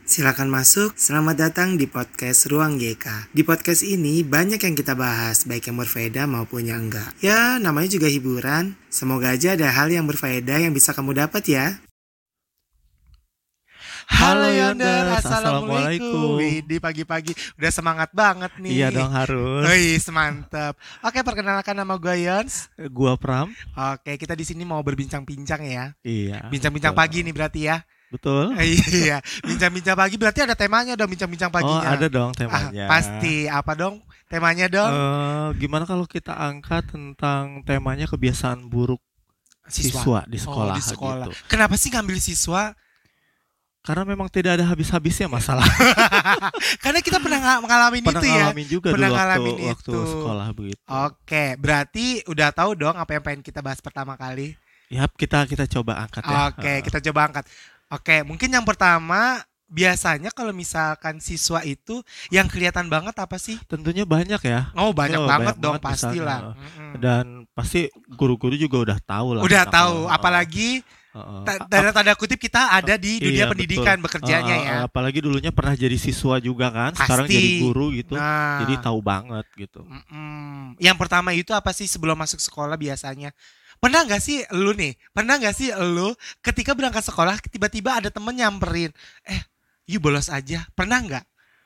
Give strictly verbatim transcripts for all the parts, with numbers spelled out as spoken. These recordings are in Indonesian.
Silakan masuk, selamat datang di podcast Ruang G K. Di podcast ini banyak yang kita bahas, baik yang berfaedah maupun yang enggak. Ya, namanya juga hiburan. Semoga aja ada hal yang berfaedah yang bisa kamu dapat ya. Halo Yonder, Assalamualaikum. Assalamualaikum. Wih, di pagi-pagi udah semangat banget nih. Iya dong harus. Wih, semantap. Oke, perkenalkan nama gue Yons. Gua Pram. Oke, kita di sini mau berbincang-bincang ya. Iya. Bincang-bincang betul. pagi nih berarti ya. Betul. Iya, bincang-bincang pagi berarti ada temanya dong, bincang-bincang Oh paginya. ada dong Ah, temanya. pasti. Apa dong temanya dong? Eh, gimana kalau kita angkat tentang temanya kebiasaan buruk siswa, di sekolah, Oh, di sekolah. gitu. Kenapa sih ngambil siswa? Karena memang tidak ada habis-habisnya masalah. Karena kita pernah nga- ngalamin Pernah itu ya. ngalamin juga Pernah dulu waktu, ngalamin waktu itu. sekolah begitu. Oke, berarti udah tahu dong apa yang pengen kita bahas pertama kali. Yap, kita kita coba angkat ya. Oke, Eh, kita coba angkat. Oke, mungkin yang pertama, biasanya kalau misalkan siswa itu yang kelihatan banget apa sih? tentunya banyak ya. Oh, banyak Oh, banget banyak dong banget pastilah. misalnya. Mm-mm. Dan pasti guru-guru juga udah tahu lah. Udah tentang tahu, hal- apalagi Heeh. ta- tanda-tanda kutip kita ada di dunia Iya, pendidikan betul. bekerjanya Eh, eh, ya. Apalagi dulunya pernah jadi siswa juga kan, sekarang Pasti. jadi guru gitu. Nah, Jadi tahu banget gitu. mm-mm. Yang pertama itu apa sih sebelum masuk sekolah biasanya? Pernah nggak sih lu nih? Pernah nggak sih lu ketika berangkat sekolah tiba-tiba ada temen nyamperin, eh, yuk bolos aja. Pernah nggak?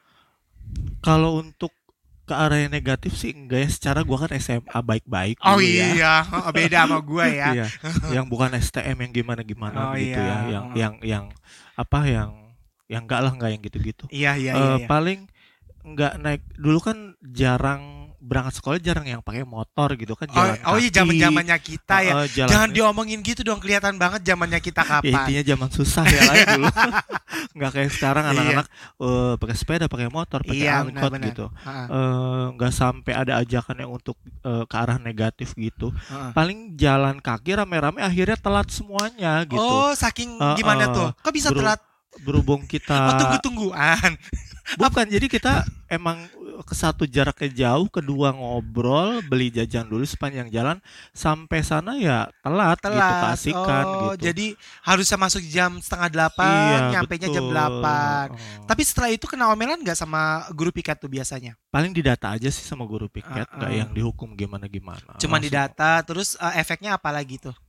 Kalau untuk ke arah yang negatif sih enggak ya, secara gua kan S M A baik-baik Oh dulu ya. iya, beda sama gua ya. Iya, yang bukan S T M yang Oh gimana-gimana gitu iya. ya, yang Heeh. yang yang apa yang yang enggak lah, enggak yang gitu-gitu. Iya iya Eh, iya. iya. paling enggak naik dulu kan, jarang berangkat sekolah, jarang yang pakai motor gitu kan, Oh, jalan oh iya kaki. zaman zamannya kita ya. Eh, jalan- Jangan diomongin gitu dong, kelihatan banget zamannya kita Ya, kapan. intinya zaman susah ya lah ya dulu. Nggak kayak sekarang Iya. anak-anak eh, pakai sepeda, pakai motor, pakai Iya angkot benar-benar. gitu. Heeh, Eh, nggak sampai ada ajakan yang untuk eh, ke arah negatif gitu. heeh. Paling jalan kaki rame-rame akhirnya telat semuanya gitu. Oh, saking Eh, gimana eh, tuh? Kok bisa bro- telat? Berhubung Oh, kita tunggu-tungguan. bukan, jadi kita emang ke satu jaraknya jauh, kedua ngobrol, beli jajan dulu sepanjang jalan, sampai sana ya telat, gitu Telat. keasikan Oh, gitu. jadi harusnya masuk jam setengah Iya, delapan, nyampainya jam betul. delapan. Oh. Tapi setelah itu kena omelan nggak sama guru piket tuh biasanya? Paling didata aja sih sama guru piket, Ah, nggak ah. yang dihukum gimana-gimana. Cuman Langsung. didata, terus eh, efeknya apa lagi tuh?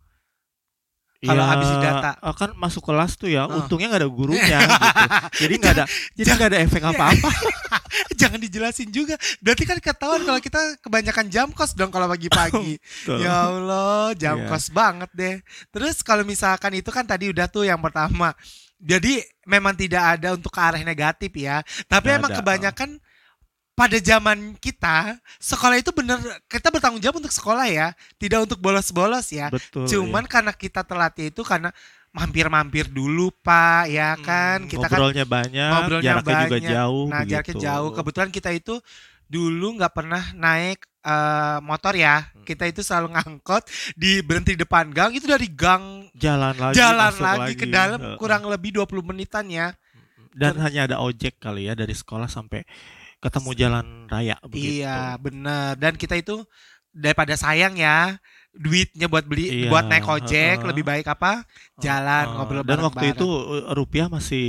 Kalau Ya, habis didata. eh, kan masuk kelas tuh ya, Ah. untungnya nggak ada gurunya gitu. Jadi nggak ada, jadi nggak ada efek apa-apa. Jangan dijelasin juga. Berarti kan ketahuan kalau kita kebanyakan jam kos dong kalau pagi-pagi. Betul. Ya Allah, jam Iya. kos banget deh. Terus kalau misalkan itu kan tadi udah tuh yang pertama. Jadi memang tidak ada untuk ke arah negatif ya. Tapi Nggak emang ada. kebanyakan pada zaman kita, sekolah itu bener kita bertanggung jawab untuk sekolah ya, tidak untuk bolos-bolos ya. Betul. Cuman karena kita telatnya itu karena mampir-mampir dulu Pak, ya kan? Hmm, Kita kan ngobrolnya banyak, ngobrolnya jaraknya juga banyak. jauh. Nah, jaraknya begitu. jauh. Kebetulan kita itu dulu nggak pernah naik eh, motor ya. Hmm. Kita itu selalu ngangkot di berhenti di depan gang. Itu dari gang Jalan lagi, jalan masuk lagi ke dalam Heeh. kurang lebih dua puluh menitan ya. Dan hanya ada ojek kali ya dari sekolah sampai ketemu jalan raya begitu. Iya, bener. Dan kita itu daripada sayang ya duitnya buat beli Iya, buat naik ojek, heeh. lebih baik apa? Jalan Heeh. ngobrol Dan waktu bareng-bareng. itu uh, rupiah masih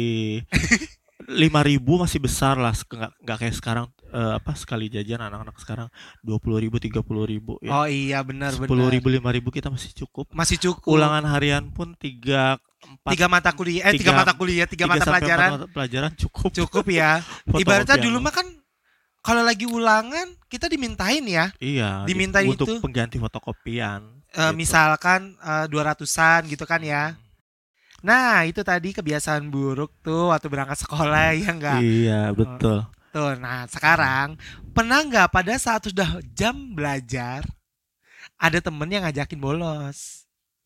lima ribu, masih besar lah, Sek- nggak nggak kayak sekarang, eh, apa sekali jajan anak-anak sekarang dua puluh ribu, tiga puluh ribu ya. Oh iya, benar Sepuluh benar. ribu, lima ribu kita masih cukup. Masih cukup. Ulangan harian pun tiga empat tiga mata kuliah, eh tiga, tiga- mata kuliah, tiga, mata sampai empat pelajaran mata pelajaran cukup. cukup ya. Fotokopian. Ibaratnya dulu mah kan kalau lagi ulangan kita dimintain ya. Iya, diminta gitu, untuk itu. pengganti fotokopian. Eh, gitu. misalkan eh, dua ratusan gitu kan ya. Nah, itu tadi kebiasaan buruk tuh waktu berangkat sekolah ya enggak? Iya, betul. Tuh, nah sekarang pernah nggak pada saat sudah jam belajar ada temen yang ngajakin bolos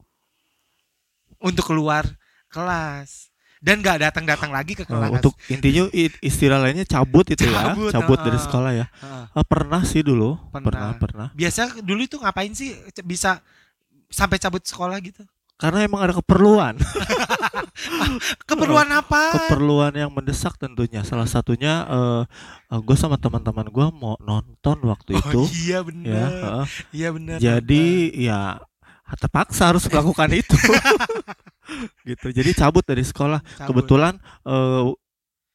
untuk keluar kelas dan nggak datang-datang lagi ke Eh, kelas. untuk intinya i- istilah lainnya cabut itu Cabut, ya, cabut dari heeh. sekolah ya. Heeh. Eh, pernah sih dulu, Pernah. pernah, pernah. Biasa dulu itu ngapain sih c- bisa sampai cabut sekolah gitu? Karena emang ada keperluan, Keperluan apa? keperluan yang mendesak tentunya. Salah satunya eh gue sama teman-teman gue mau nonton waktu itu, Oh iya ya. benar. heeh. Iya benar. Jadi ya terpaksa harus melakukan itu, gitu. Jadi cabut dari sekolah. Cabut. Kebetulan eh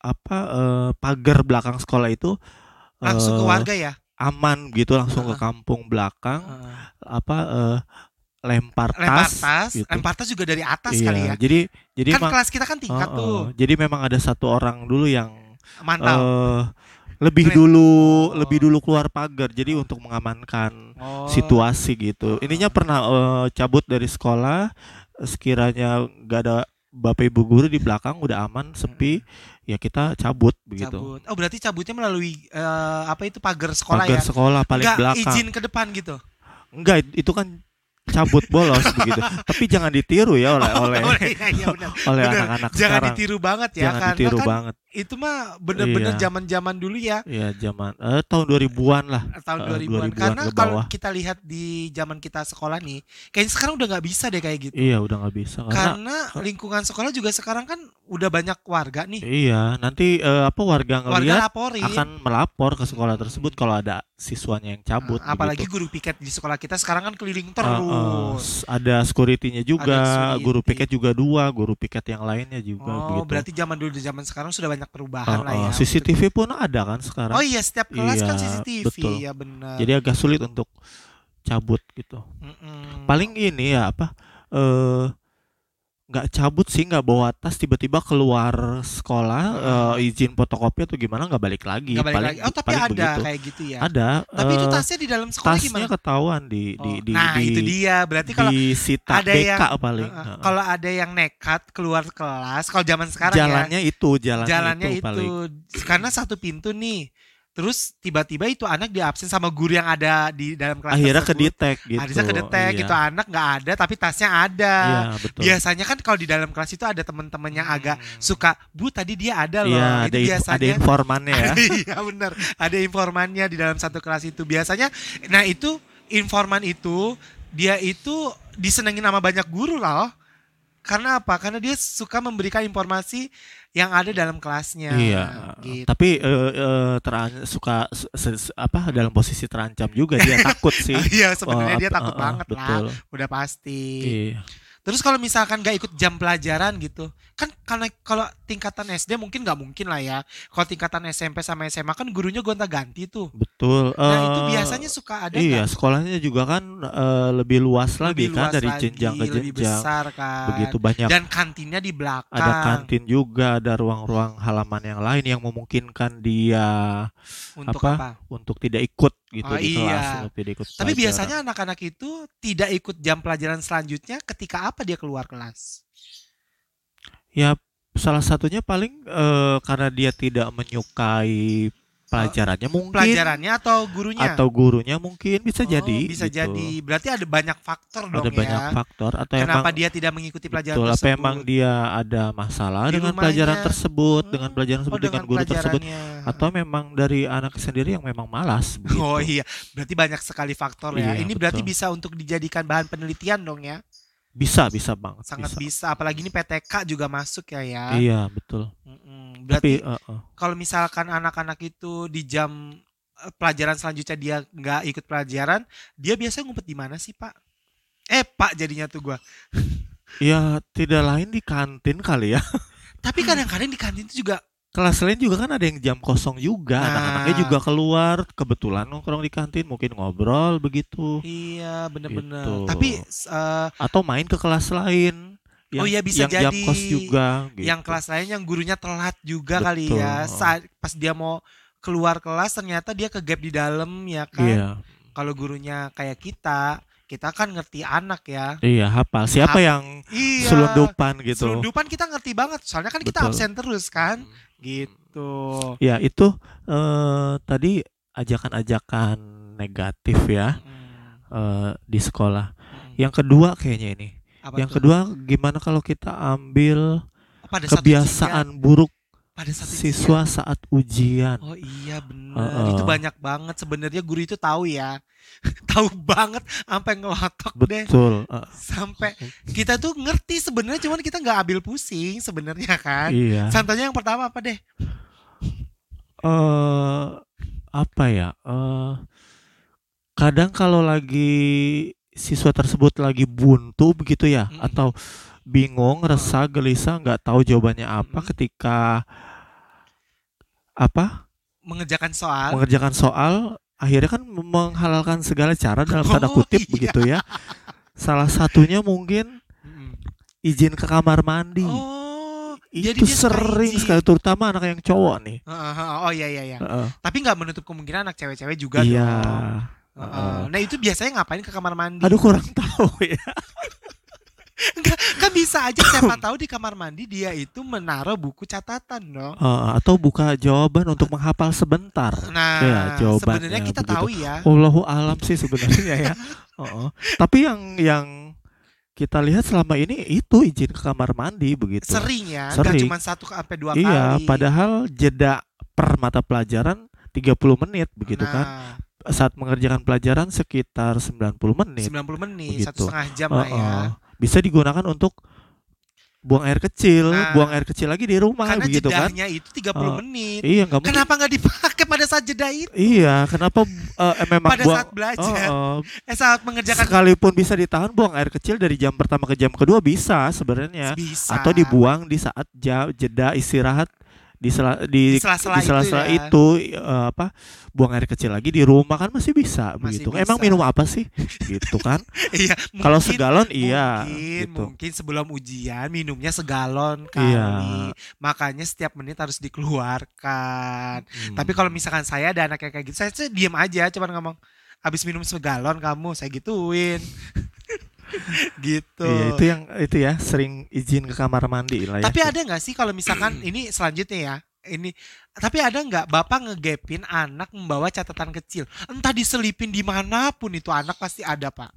apa eh, pagar belakang sekolah itu Langsung ke eh, warga ya? aman gitu, langsung ke Heeh. kampung belakang, Heeh. apa eh, lempar Lempar tas tas, gitu. lempar tas juga dari atas kali Iya, ya. jadi jadi Kan emang kelas kita kan tingkat heeh, tuh, jadi memang ada satu orang dulu yang mantau. eh lebih Ngeliat. dulu Oh. lebih dulu keluar pagar, jadi untuk mengamankan Oh. situasi gitu. Heeh. Ininya pernah eh, cabut dari sekolah, sekiranya nggak ada bapak ibu guru di belakang, udah aman, sepi, ya kita cabut begitu. Cabut. Oh, berarti cabutnya melalui eh, apa itu pagar sekolah Pagar ya? sekolah paling Enggak belakang. izin ke depan gitu. Enggak, itu kan cabut bolos begitu. Tapi jangan ditiru ya oleh oleh Oh, iya, iya, benar. oleh Benar. anak-anak Jangan sekarang. ditiru banget ya, Jangan karena ditiru kan banget. itu mah bener-bener Iya. zaman-zaman dulu ya. Iya, zaman eh tahun dua ribuan lah. Tahun Eh, dua ribuan. dua ribuan Karena ke kalau bawah. kita lihat di zaman kita sekolah nih, kayaknya sekarang udah nggak bisa deh kayak gitu. Iya, udah nggak bisa karena Karena lingkungan sekolah juga sekarang kan udah banyak warga nih. iya, nanti eh, apa warga Warga ngelihat laporin. akan melapor ke sekolah tersebut kalau ada siswanya yang cabut Nah, apalagi begitu. guru piket di sekolah kita sekarang kan keliling Eh, eh, terus. s- ada security-nya juga, security. guru piket juga dua, guru piket yang lainnya juga Oh, begitu. berarti zaman dulu dan zaman sekarang sudah banyak Eh, perubahan lah eh, ya. C C T V pun ada kan sekarang. Oh iya, setiap kelas kan Iya, C C T V, betul. ya benar. Jadi agak sulit untuk cabut gitu. Mm-mm. Paling ini ya apa eh nggak cabut sih, nggak bawa tas, tiba-tiba keluar sekolah eh, izin fotokopi atau gimana, nggak balik lagi. Nggak balik paling lagi. Oh, tapi paling ada begitu. kayak gitu ya. Ada. Tapi itu eh, tasnya di dalam sekolah tasnya gimana? ketahuan di Oh, di di nah, di, itu dia. Berarti kalau disita ada B K yang- paling. uh, Heeh. kalau ada yang nekat keluar kelas, kalau zaman sekarang jalannya itu ya, jalannya, jalannya itu, itu, paling. karena satu pintu nih. Terus tiba-tiba itu anak diabsen sama guru yang ada di dalam kelas Akhirnya tersebut. kedetek gitu. Akhirnya kedetek Iya. gitu, anak nggak ada tapi tasnya ada. Iya, betul. Biasanya kan kalau di dalam kelas itu ada teman-teman yang agak Hmm. suka, Bu tadi dia ada loh. Iya, Itu ada, inf- biasanya ada informannya ya. Iya benar, ada informannya di dalam satu kelas itu biasanya. Nah itu informan itu dia itu disenengin sama banyak guru loh. Karena apa? Karena dia suka memberikan informasi yang ada dalam kelasnya. Iya, Gitu. tapi eh, eh, teran- suka se- se- apa dalam posisi terancam juga dia takut sih. Iya sebenarnya Oh, dia apa- takut eh, eh, banget betul. lah, udah pasti. Iya. Terus kalau misalkan gak ikut jam pelajaran gitu, kan karena kalau tingkatan S D mungkin gak mungkin lah ya. Kalau tingkatan S M P sama S M A kan gurunya gonta-ganti tuh. Betul. Nah eh, itu biasanya suka ada iya, nggak? sekolahnya juga kan eh, lebih luas lagi Lebih kan luas dari lagi, jenjang ke lebih jenjang. besar kan. Begitu banyak. Dan kantinnya di belakang. Ada kantin juga, ada ruang-ruang halaman yang lain yang memungkinkan dia Untuk apa? apa? untuk tidak ikut gitu Oh, di iya. kelas, untuk tidak ikut Tapi pelajaran. biasanya anak-anak itu tidak ikut jam pelajaran selanjutnya ketika apa dia keluar kelas? Ya salah satunya paling eh, karena dia tidak menyukai pelajarannya mungkin, Pelajarannya atau gurunya? atau gurunya mungkin bisa Oh, jadi. bisa gitu. jadi. Berarti ada banyak faktor dong Ada ya. banyak faktor atau Kenapa emang dia tidak mengikuti pelajaran betul, apa tersebut? emang dia ada masalah Di dengan rumahnya. pelajaran tersebut, Hmm. dengan pelajaran Oh, tersebut, dengan guru tersebut, pelajarannya. atau memang dari anak sendiri yang memang malas begitu. Oh iya, berarti banyak sekali faktor ya. Iya, Ini berarti betul. bisa untuk dijadikan bahan penelitian dong ya. Bisa, bisa banget. Sangat bisa. bisa. Apalagi ini P T K juga masuk ya ya. Iya, betul. Mm-mm. Tapi Berarti eh, eh, kalau misalkan anak-anak itu di jam eh, pelajaran selanjutnya dia nggak ikut pelajaran, dia biasanya ngumpet di mana sih Pak? Eh Pak jadinya tuh gua. ya tidak lain di kantin kali ya. Tapi kadang-kadang di kantin itu juga Kelas lain juga kan ada yang jam kosong juga, Nah. anak-anaknya juga keluar, kebetulan nongkrong di kantin, mungkin ngobrol begitu, iya bener-bener. Gitu. Tapi eh, atau main ke kelas lain. Oh iya, bisa yang jam jadi. kos juga. Gitu. yang kelas lain yang gurunya telat juga Betul. kali ya. Saat pas dia mau keluar kelas ternyata dia ke gap di dalam ya kan. Iya, Kalau gurunya kayak kita, kita kan ngerti anak ya. iya hafal. Siapa Hap- yang Iya. selundupan gitu? Selundupan kita ngerti banget. Soalnya kan kita Betul. absen terus kan. Gitu. Ya itu eh, tadi ajakan-ajakan negatif ya Mm, eh, di sekolah. mm. Yang kedua kayaknya ini. Apa Yang tuh? kedua gimana kalau kita ambil Pada satu kebiasaan ujian. buruk Pada satu siswa saat ujian. Oh iya bener, Heeh. itu banyak banget sebenarnya guru itu tahu ya, tahu banget sampai ngelotok deh, Betul. eh, sampai kita tuh ngerti sebenarnya, cuman kita nggak ambil pusing sebenarnya kan. iya. Contohnya yang pertama apa deh? eh apa ya? eh kadang kalau lagi siswa tersebut lagi buntu begitu ya, Mm-mm. atau bingung, resah, gelisah, nggak tahu jawabannya apa Mm-mm. ketika apa mengerjakan soal. mengerjakan soal, akhirnya kan menghalalkan segala cara dalam tanda Oh, kutip iya. begitu ya. Salah satunya mungkin Mm-mm. izin ke kamar mandi. Oh, jadi Itu dia suka sering izin. sekali, terutama anak yang cowok nih. Heeh, heeh. Oh iya iya iya. Heeh. Tapi nggak menutup kemungkinan anak cewek-cewek juga Iya. dong. Heeh. Heeh. Nah itu biasanya ngapain ke kamar mandi? Aduh kurang tahu ya. Enggak, kan bisa aja siapa tahu di kamar mandi dia itu menaruh buku catatan dong. Heeh, atau buka jawaban untuk menghafal sebentar. Nah, Ya, jawabannya sebenarnya kita begitu. tahu ya. Wallahu alam sih sebenarnya ya. Heeh. Tapi yang yang kita lihat selama ini itu izin ke kamar mandi begitu. Sering ya, nggak Sering. cuma satu sampai dua Iya, kali. padahal jeda per mata pelajaran tiga puluh menit begitu kan. Nah, Saat mengerjakan pelajaran sekitar sembilan puluh menit. sembilan puluh menit, Begitu. satu setengah jam lah ya. Heeh. Bisa digunakan untuk buang air kecil, Nah, buang air kecil lagi di rumah Karena begitu kan. jedahnya itu tiga puluh Oh, menit. Iya, nggak mungkin. Kenapa nggak dipakai pada saat jeda itu? Iya, kenapa eh, eh, memang Pada buang saat belajar. Oh, oh. Eh saat mengerjakan Sekalipun bisa ditahan, buang air kecil dari jam pertama ke jam kedua bisa sebenarnya. bisa. Atau dibuang di saat jam jeda istirahat di sela, di Di sela-sela di sela-sela itu ya. itu, eh, apa buang air kecil lagi di rumah kan masih bisa Masih begitu. bisa. Emang minum apa sih? Gitu kan. Iya, Kalau mungkin- segalon iya Mungkin, gitu. mungkin sebelum ujian minumnya segalon kali. Iya. Makanya setiap menit harus dikeluarkan. Hmm. Tapi kalau misalkan saya ada anak yang kayak gitu, saya tuh diem aja, cuman ngomong, habis minum segalon kamu, saya gituin. Gitu. Iya, itu yang itu ya sering izin ke kamar mandi lah ya. Tapi ada nggak sih kalau misalkan ini selanjutnya ya, ini tapi ada nggak bapak ngegapin anak membawa catatan kecil, entah diselipin dimanapun itu anak pasti ada pak.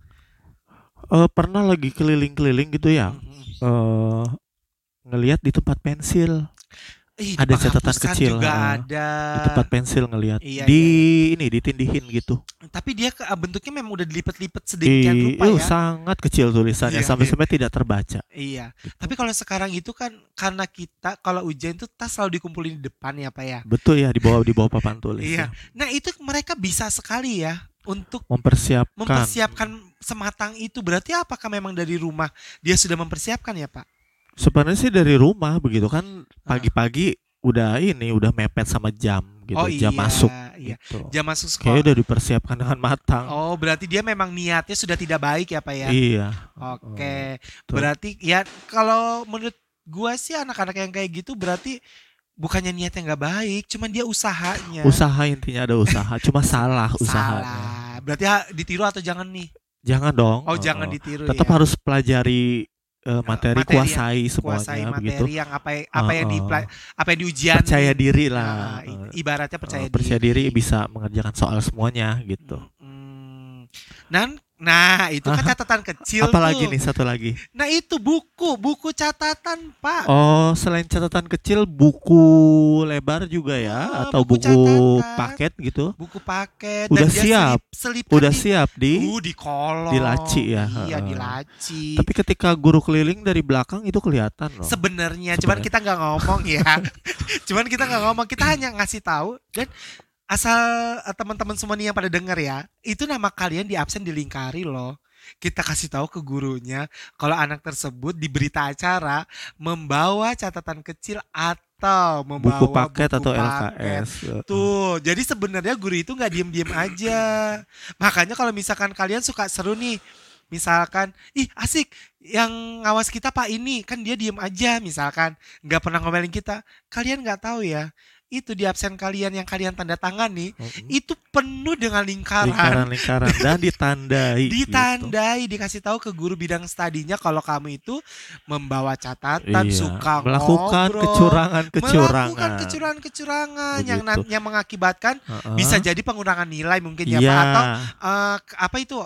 Eh, pernah lagi keliling-keliling gitu ya. Mm-mm. eh ngelihat di tempat pensil, Ih, di ada catatan penghapusan kecil, juga ah. ada. di tempat pensil ngelihat Iya, di ini ditindihin gitu. Tapi dia ke- bentuknya memang udah dilipet-lipet sedemikian Di, rupa uh, ya. sangat kecil tulisannya Iya, sampai-sampai tidak terbaca. Iya. Tapi kalau sekarang itu kan karena kita kalau ujian itu tas selalu dikumpulin di depan ya pak ya. Betul ya, di bawah di bawah papan tulis. Iya. ya. Nah itu mereka bisa sekali ya untuk Mempersiapkan. mempersiapkan sematang itu. Berarti apakah memang dari rumah dia sudah mempersiapkan ya pak? Sebenarnya sih dari rumah begitu kan, pagi-pagi udah ini udah mepet sama jam gitu, Oh jam iya, masuk iya. gitu. Jam masuk Kayak sekolah. udah dipersiapkan dengan matang. Oh berarti dia memang niatnya sudah tidak baik ya pak ya? Iya. Oke. Betul. Berarti ya kalau menurut gua sih anak-anak yang kayak gitu berarti bukannya niatnya nggak baik, cuman dia usahanya. Usaha intinya ada usaha, cuma salah usahanya. Salah. Berarti ha- ditiru atau jangan nih? Jangan dong. Oh jangan uh-uh. ditiru Tetap ya. harus pelajari uh, materi, materi yang- kuasai semuanya Kuasai materi begitu. yang apa apa yang di Uh-uh. apa yang di ujian. Percaya diri Nah, lah. i- ibaratnya percaya Uh, percaya diri. diri bisa mengerjakan soal semuanya gitu. Hmm. Dan nah itu kan catatan kecil Apalagi tuh. nih satu lagi. Nah itu buku, buku catatan pak. Oh, selain catatan kecil, buku lebar juga ya, Ah, atau buku buku, catatan. paket gitu. Buku paket. Udah dan dia siap. selip- selipkan Udah di, siap di. uh, di kolong. di laci ya, Iya heeh. di laci. Tapi ketika guru keliling dari belakang itu kelihatan loh. Sebenarnya, cuman Sebenarnya. kita nggak ngomong ya. Cuman kita nggak ngomong, kita hanya ngasih tahu dan asal eh, teman-teman semua nih yang pada denger ya, itu nama kalian di absen dilingkari loh. Kita kasih tahu ke gurunya kalau anak tersebut di berita acara membawa catatan kecil atau membawa buku paket buku atau paket. L K S. Tuh, jadi sebenarnya guru itu nggak diem-diem aja. Makanya kalau misalkan kalian suka seru nih, misalkan, ih asik, yang ngawas kita pak ini, kan dia diem aja misalkan, nggak pernah ngomelin kita. Kalian nggak tahu ya, itu di absen kalian yang kalian tanda tangan nih, Mm-mm. itu penuh dengan lingkaran. Lingkaran-lingkaran dan ditandai. gitu. Ditandai, dikasih tahu ke guru bidang studinya kalau kamu itu membawa catatan, Iya, suka melakukan ngobrol, kecurangan-kecurangan. melakukan kecurangan-kecurangan yang Begitu. nan- yang mengakibatkan Heeh. bisa jadi pengurangan nilai mungkin ya Iya, Pak, atau eh, k- apa itu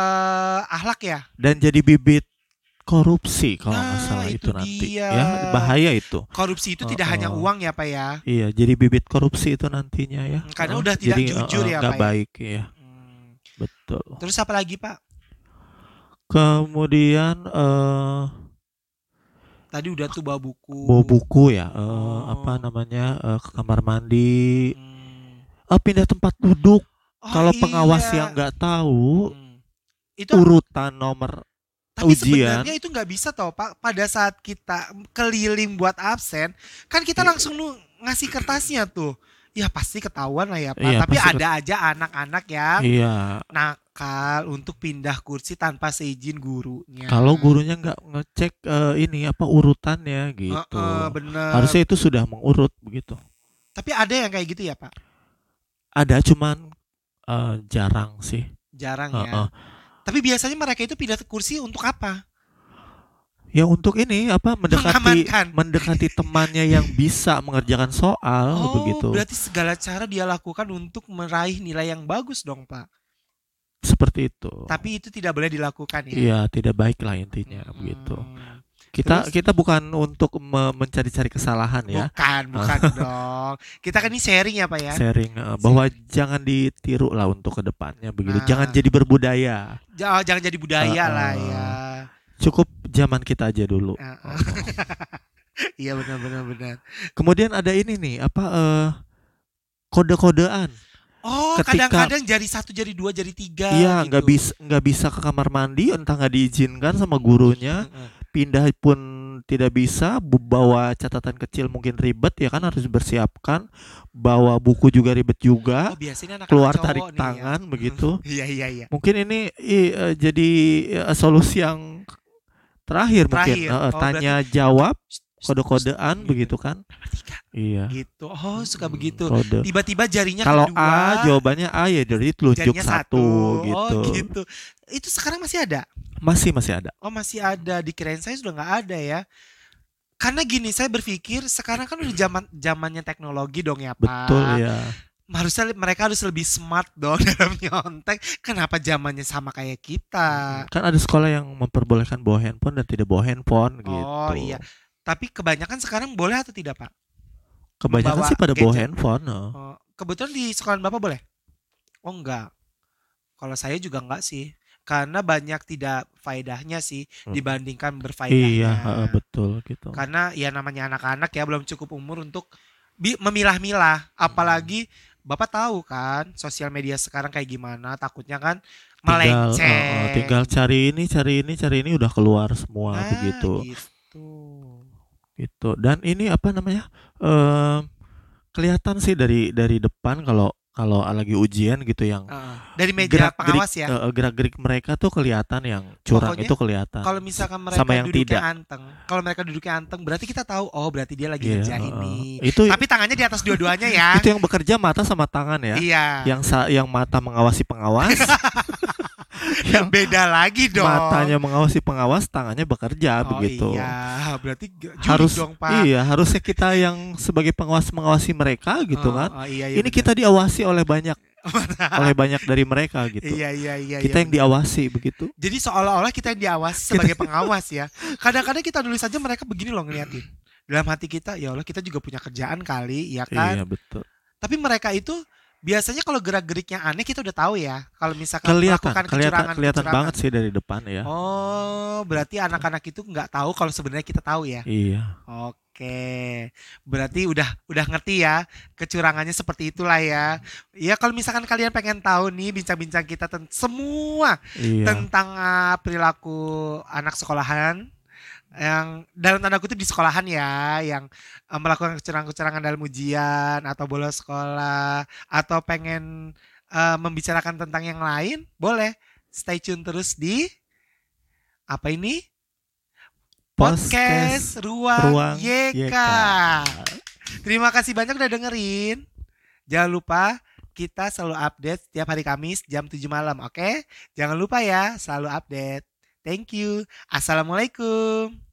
eh ahlak ya. dan jadi bibit korupsi kalau nggak Nah, salah itu itu nanti. dia. Ya, bahaya itu. Korupsi itu tidak Oh, hanya oh. uang ya Pak ya. Iya, jadi bibit korupsi itu nantinya ya. Karena Heeh. udah tidak Jadi, jujur heeh, ya, nggak Pak ya. baik ya. Hmm. Betul. Terus apa lagi Pak? Kemudian eh Tadi udah tuh bawa buku. bawa buku ya, eh, Oh. apa namanya, eh, ke kamar mandi, Hmm. eh, pindah tempat duduk. Oh, Kalau pengawas iya. yang nggak tahu Hmm. Itu urutan nomor tapi ujian. sebenarnya itu nggak bisa toh Pak. Pada saat kita keliling buat absen, kan kita Iya. langsung nu- ngasih kertasnya tuh. Ya pasti ketahuan lah ya Pak. Iya, Tapi pasti ada aja anak-anak yang Iya, nakal untuk pindah kursi tanpa seizin gurunya. kalau gurunya nggak ngecek eh, ini apa urutannya gitu. Heeh, bener. Harusnya itu sudah mengurut begitu. Tapi ada yang kayak gitu ya Pak? Ada cuman eh, jarang sih. Jarang ya. Heeh. Tapi biasanya mereka itu pindah kursi untuk apa? Ya untuk ini apa mendekati Mengamankan. mendekati temannya yang bisa mengerjakan soal Oh, begitu. berarti segala cara dia lakukan untuk meraih nilai yang bagus dong Pak. Seperti itu. Tapi itu tidak boleh dilakukan ya. Iya, tidak baik lah intinya Hmm. begitu. Kita Terus? kita bukan untuk me- mencari-cari kesalahan ya. Bukan, bukan dong. Kita kan ini sharing ya Pak ya. Sharing eh, bahwa jangan ditiru lah untuk kedepannya begitu. Nah. Jangan jadi berbudaya. Jangan, jangan jadi budaya Uh-uh. lah ya. Cukup zaman kita aja dulu. Uh-uh. Oh. Iya benar benar benar. Kemudian ada ini nih apa eh, kode-kodean. Oh, Ketika- kadang-kadang jari satu, jari dua, jari tiga. Iya, gitu. nggak bisa nggak bisa ke kamar mandi, entah nggak diizinkan sama gurunya. Mm-mm. Pindah pun tidak bisa. bu- Bawa catatan kecil mungkin ribet ya kan, harus bersiapkan. Bawa buku juga ribet juga. Oh, biasanya anak-anak Keluar cowok tarik nih tangan ya. begitu. Iya iya iya. Mungkin ini i, eh, jadi eh, solusi yang terakhir, mungkin Terakhir. Eh, Oh, tanya jawab Shh, shh, kode-kodean shh, begitu kan. Nomor tiga. Iya. Gitu. Oh, suka Hmm, begitu. kode. Tiba-tiba jarinya Kalau kedua. A jawabannya A ya jadi telunjuk jarinya satu, gitu. Oh, gitu. Itu sekarang masih ada? Masih masih ada. Oh, masih ada. Dikirain saya sudah nggak ada ya. Karena gini, saya berpikir sekarang kan udah zaman zamannya teknologi dong ya, Pak. Betul ya. Harusnya li- mereka harus lebih smart dong dalam nyontek. Kenapa zamannya sama kayak kita? Kan ada sekolah yang memperbolehkan bawa handphone dan tidak bawa handphone gitu. Oh iya. Tapi kebanyakan sekarang boleh atau tidak, Pak? Kebanyakan membawa sih pada bawa gadget. handphone. no. Oh, kebetulan di sekolah Bapak boleh? Oh enggak. Kalau saya juga enggak sih. Karena banyak tidak faedahnya sih Hmm. dibandingkan Iya, berfaedahnya. heeh, betul gitu. Karena ya namanya anak-anak ya belum cukup umur untuk bi- memilah-milah. Apalagi Bapak tahu kan sosial media sekarang kayak gimana, takutnya kan Tinggal, melenceng. heeh, tinggal cari ini, cari ini, cari ini udah keluar semua Nah, begitu. gitu. Gitu. Dan ini apa namanya? Eh kelihatan sih dari dari depan kalau kalau lagi ujian gitu yang Heeh. Dari meja gerak-gerik pengawas ya. eh, gerak-gerik mereka tuh kelihatan, yang curang Pokoknya itu kelihatan. Kalau misalkan mereka sama yang duduknya tidak. anteng, kalau mereka duduknya anteng, berarti kita tahu, oh berarti dia lagi Iya, kerja heeh. ini. Itu Tapi tangannya di atas dua-duanya ya. itu yang bekerja mata sama tangan ya. Iya. Yang sa- yang mata mengawasi pengawas, yang Beda lagi dong. matanya mengawasi pengawas, tangannya bekerja Oh begitu. iya, berarti g- juri Harus dong Pak. iya, harusnya kita yang sebagai pengawas mengawasi mereka gitu Oh, kan. oh, iya, iya, Ini benar. kita diawasi oleh banyak oleh banyak dari mereka gitu. Iya iya iya. Kita iya, yang benar. diawasi begitu. Jadi seolah-olah kita yang diawasi sebagai pengawas ya. Kadang-kadang kita nulis aja mereka begini loh ngeliatin. Dalam hati kita, ya Allah kita juga punya kerjaan kali, ya kan? Iya, betul. Tapi mereka itu biasanya kalau gerak-geriknya aneh kita udah tahu ya. Kalau misalkan Kelihatan, melakukan kelihatan kecurangan, kelihatan kecurangan. banget sih dari depan ya. Oh, berarti anak-anak itu nggak tahu kalau sebenarnya kita tahu ya. Iya. Oke, berarti udah udah ngerti ya kecurangannya seperti itulah ya. Ya kalau misalkan kalian pengen tahu nih bincang-bincang kita tentang semua Iya. tentang uh, perilaku anak sekolahan yang dalam tanda kutip di sekolahan ya, yang uh, melakukan kecurangan-kecurangan dalam ujian atau bolos sekolah atau pengen uh, membicarakan tentang yang lain, boleh stay tune terus di apa ini? Podcast Ruang, Ruang Y K. Y K. Terima kasih banyak udah dengerin. Jangan lupa kita selalu update setiap hari Kamis jam tujuh malam, oke? Jangan lupa ya, selalu update. Thank you. Assalamualaikum.